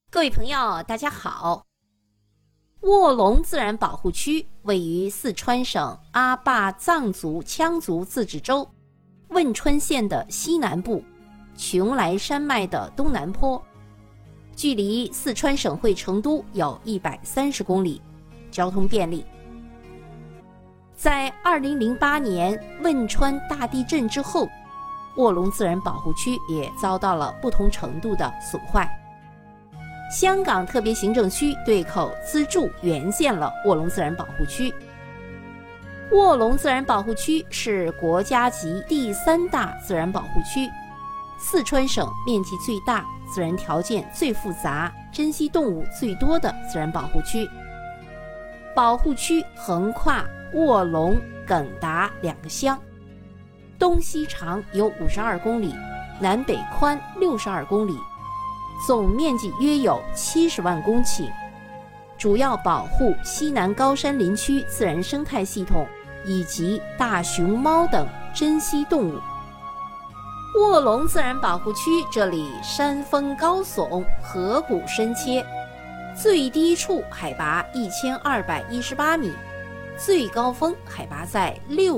各位朋友，大家好。卧龙自然保护区位于四川省阿坝藏族羌族自治州汶川县的西南部，邛崃山脉的东南坡，距离四川省会成都有130公里，交通便利。在2008年汶川大地震之后，卧龙自然保护区也遭到了不同程度的损坏。香港特别行政区对口资助援建了卧龙自然保护区。卧龙自然保护区是国家级第3大自然保护区，四川省面积最大、自然条件最复杂、珍稀动物最多的自然保护区。保护区横跨卧龙、耿达2个乡，东西长有52公里，南北宽62公里，总面积约有70万公顷，主要保护西南高山林区自然生态系统以及大熊猫等珍稀动物。卧龙自然保护区这里山峰高耸，河谷深切，最低处海拔1218米，最高峰海拔在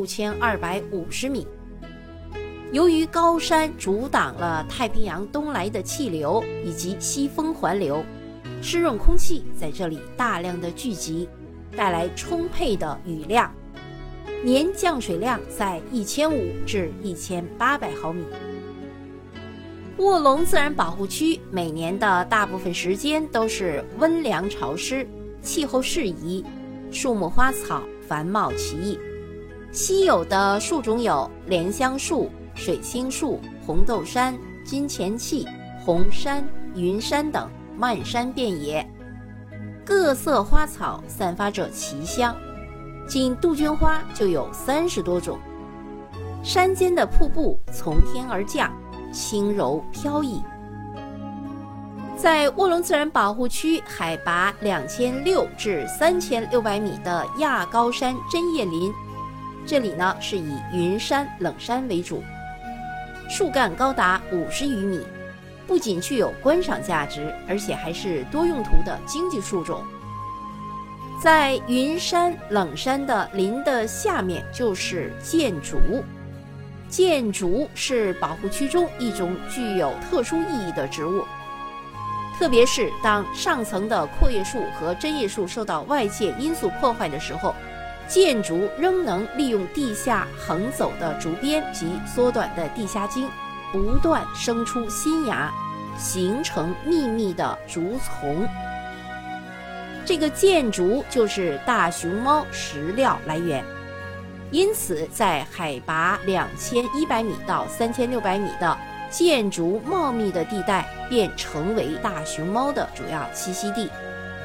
6250米。由于高山阻挡了太平洋东来的气流以及西风环流，湿润空气在这里大量的聚集，带来充沛的雨量，年降水量在1500至1800毫米。卧龙自然保护区每年的大部分时间都是温凉潮湿，气候适宜，树木花草繁茂奇异。稀有的树种有莲香树、水青树、红豆杉、金钱气、红杉、云杉等，漫山遍野。各色花草散发着奇香，仅杜鹃花就有30多种。山间的瀑布从天而降，轻柔飘逸。在卧龙自然保护区海拔2600至3600米的亚高山针叶林，这里呢是以云杉、冷杉为主，树干高达50余米，不仅具有观赏价值，而且还是多用途的经济树种。在云杉、冷杉的林的下面就是箭竹。箭竹是保护区中一种具有特殊意义的植物，特别是当上层的阔叶树和针叶树受到外界因素破坏的时候，箭竹仍能利用地下横走的竹编及缩短的地下茎，不断生出新芽，形成密密的竹丛。这个箭竹就是大熊猫食料来源，因此在海拔2100米到3600米的箭竹茂密的地带便成为大熊猫的主要栖息地。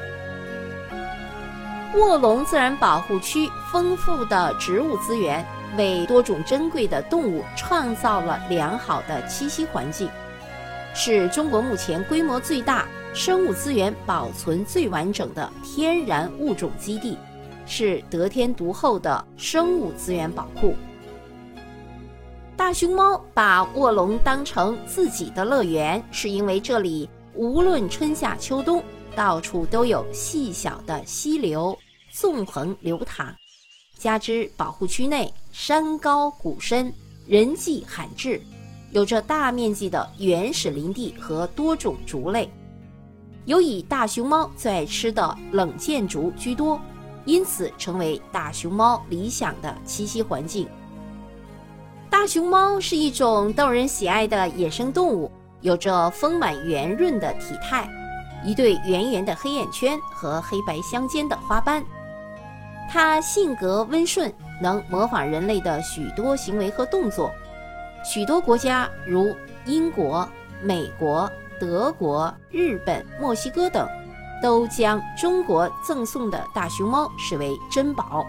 卧龙自然保护区丰富的植物资源为多种珍贵的动物创造了良好的栖息环境，是中国目前规模最大、生物资源保存最完整的天然物种基地，是得天独厚的生物资源宝库。大熊猫把卧龙当成自己的乐园，是因为这里无论春夏秋冬，到处都有细小的溪流纵横流淌，加之保护区内山高谷深，人迹罕至，有着大面积的原始林地和多种竹类，尤以大熊猫最爱吃的冷箭竹居多，因此成为大熊猫理想的栖息环境。大熊猫是一种逗人喜爱的野生动物，有着丰满圆润的体态，一对圆圆的黑眼圈和黑白相间的花斑。它性格温顺，能模仿人类的许多行为和动作。许多国家如英国、美国、德国、日本、墨西哥等都将中国赠送的大熊猫视为珍宝。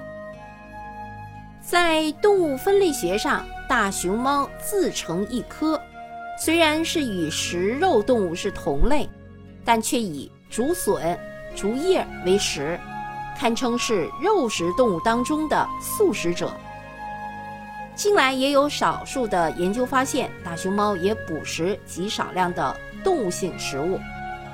在动物分类学上，大熊猫自成一科，虽然是与食肉动物是同类，但却以竹笋、竹叶为食，堪称是肉食动物当中的素食者。近来也有少数的研究发现，大熊猫也捕食极少量的动物性食物。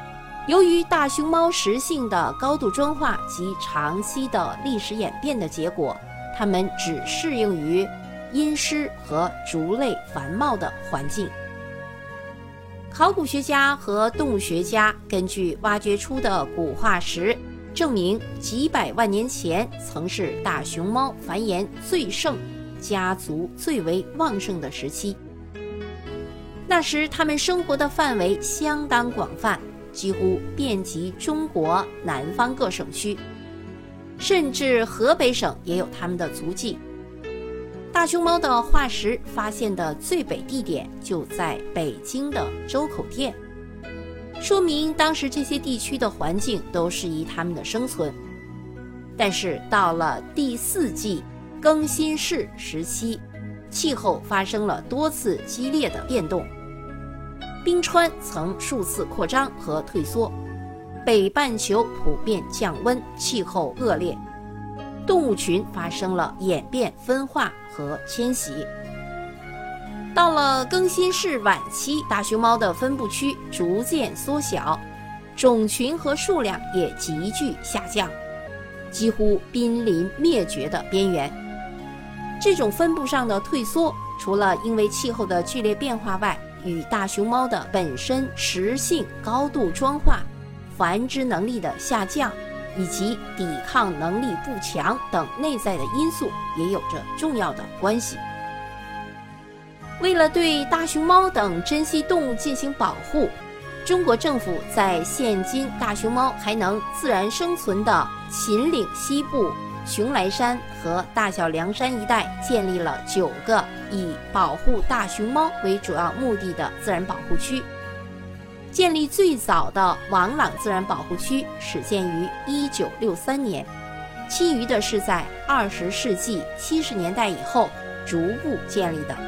由于大熊猫食性的高度专化及长期的历史演变的结果，它们只适应于阴湿和竹类繁茂的环境。考古学家和动物学家根据挖掘出的古化石，证明几百万年前曾是大熊猫繁衍最盛、家族最为旺盛的时期。那时它们生活的范围相当广泛，几乎遍及中国南方各省区，甚至河北省也有它们的足迹。大熊猫的化石发现的最北地点就在北京的周口店，说明当时这些地区的环境都适宜它们的生存。但是到了第4纪更新世时期，气候发生了多次激烈的变动，冰川曾数次扩张和退缩，北半球普遍降温，气候恶劣，动物群发生了演变、分化和迁徙。到了更新世晚期，大熊猫的分布区逐渐缩小，种群和数量也急剧下降，几乎濒临灭绝的边缘。这种分布上的退缩，除了因为气候的剧烈变化外，与大熊猫的本身食性高度专化、繁殖能力的下降以及抵抗能力不强等内在的因素也有着重要的关系。为了对大熊猫等珍稀动物进行保护，中国政府在现今大熊猫还能自然生存的秦岭西部、邛崃山和大小凉山一带建立了9个以保护大熊猫为主要目的的自然保护区。建立最早的王朗自然保护区始建于1963年，其余的是在20世纪70年代以后逐步建立的。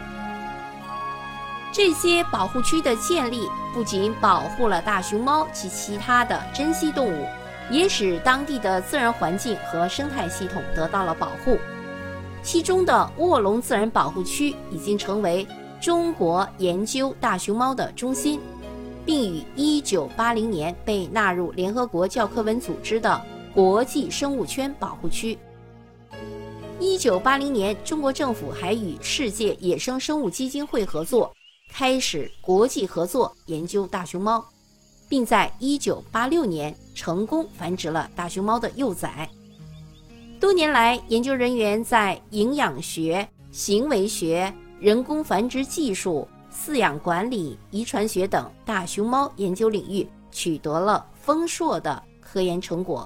这些保护区的建立不仅保护了大熊猫及其他的珍稀动物，也使当地的自然环境和生态系统得到了保护。其中的卧龙自然保护区已经成为中国研究大熊猫的中心，并于1980年被纳入联合国教科文组织的国际生物圈保护区。1980年，中国政府还与世界野生生物基金会合作，开始国际合作研究大熊猫，并在1986年成功繁殖了大熊猫的幼崽。多年来，研究人员在营养学、行为学、人工繁殖技术、饲养管理、遗传学等大熊猫研究领域取得了丰硕的科研成果。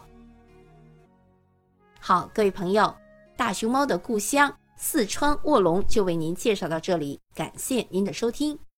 好，各位朋友，大熊猫的故乡四川卧龙就为您介绍到这里，感谢您的收听。